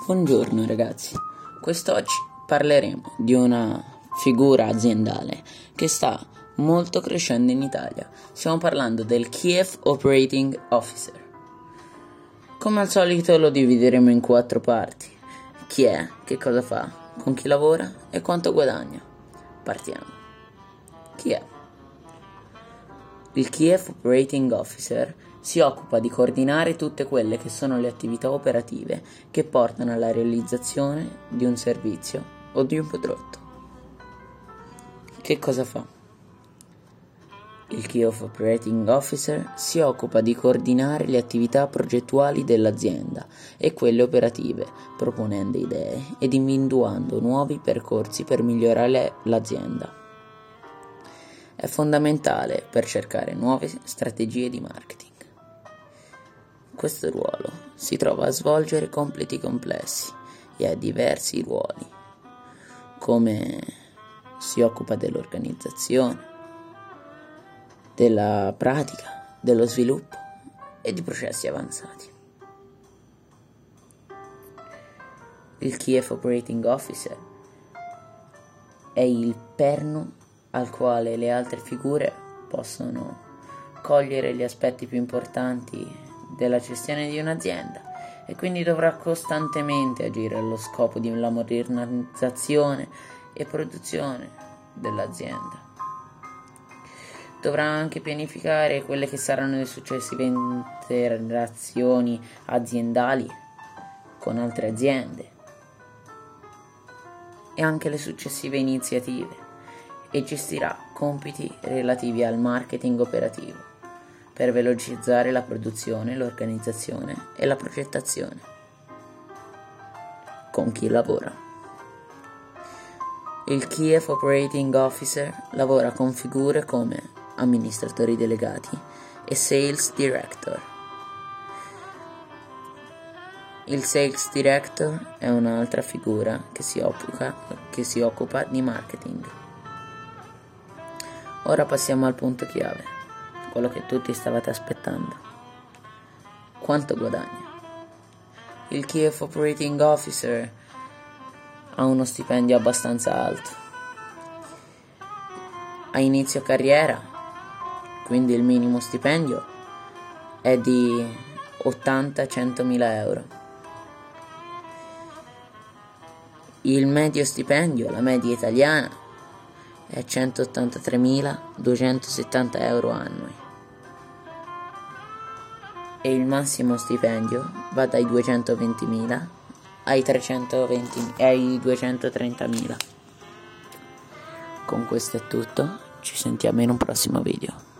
Buongiorno ragazzi, quest'oggi parleremo di una figura aziendale che sta molto crescendo in Italia. Stiamo parlando del Chief Operating Officer. Come al solito lo divideremo in 4 parti. Chi è, che cosa fa, con chi lavora e quanto guadagna. Partiamo. Chi è? Il Chief Operating Officer si occupa di coordinare tutte quelle che sono le attività operative che portano alla realizzazione di un servizio o di un prodotto. Che cosa fa? Il Chief Operating Officer si occupa di coordinare le attività progettuali dell'azienda e quelle operative, proponendo idee ed individuando nuovi percorsi per migliorare l'azienda. È fondamentale per cercare nuove strategie di marketing. Questo ruolo si trova a svolgere compiti complessi e ha diversi ruoli, come si occupa dell'organizzazione, della pratica, dello sviluppo e di processi avanzati. Il Chief Operating Officer è il perno al quale le altre figure possono cogliere gli aspetti più importanti della gestione di un'azienda e quindi dovrà costantemente agire allo scopo della modernizzazione e produzione dell'azienda. Dovrà anche pianificare quelle che saranno le successive interazioni aziendali con altre aziende e anche le successive iniziative e gestirà compiti relativi al marketing operativo per velocizzare la produzione, l'organizzazione e la progettazione. Con chi lavora? Il Chief Operating Officer lavora con figure come amministratori delegati e Sales Director. Il Sales Director è un'altra figura che si occupa di marketing. Ora passiamo al punto chiave, quello che tutti stavate aspettando. Quanto guadagna? Il Chief Operating Officer ha uno stipendio abbastanza alto. A inizio carriera, quindi il minimo stipendio, è di 80-100.000 euro. Il medio stipendio, la media italiana, è 183.270 euro annui e il massimo stipendio va dai 220.000 ai 230.000. Con questo è tutto, ci sentiamo in un prossimo video.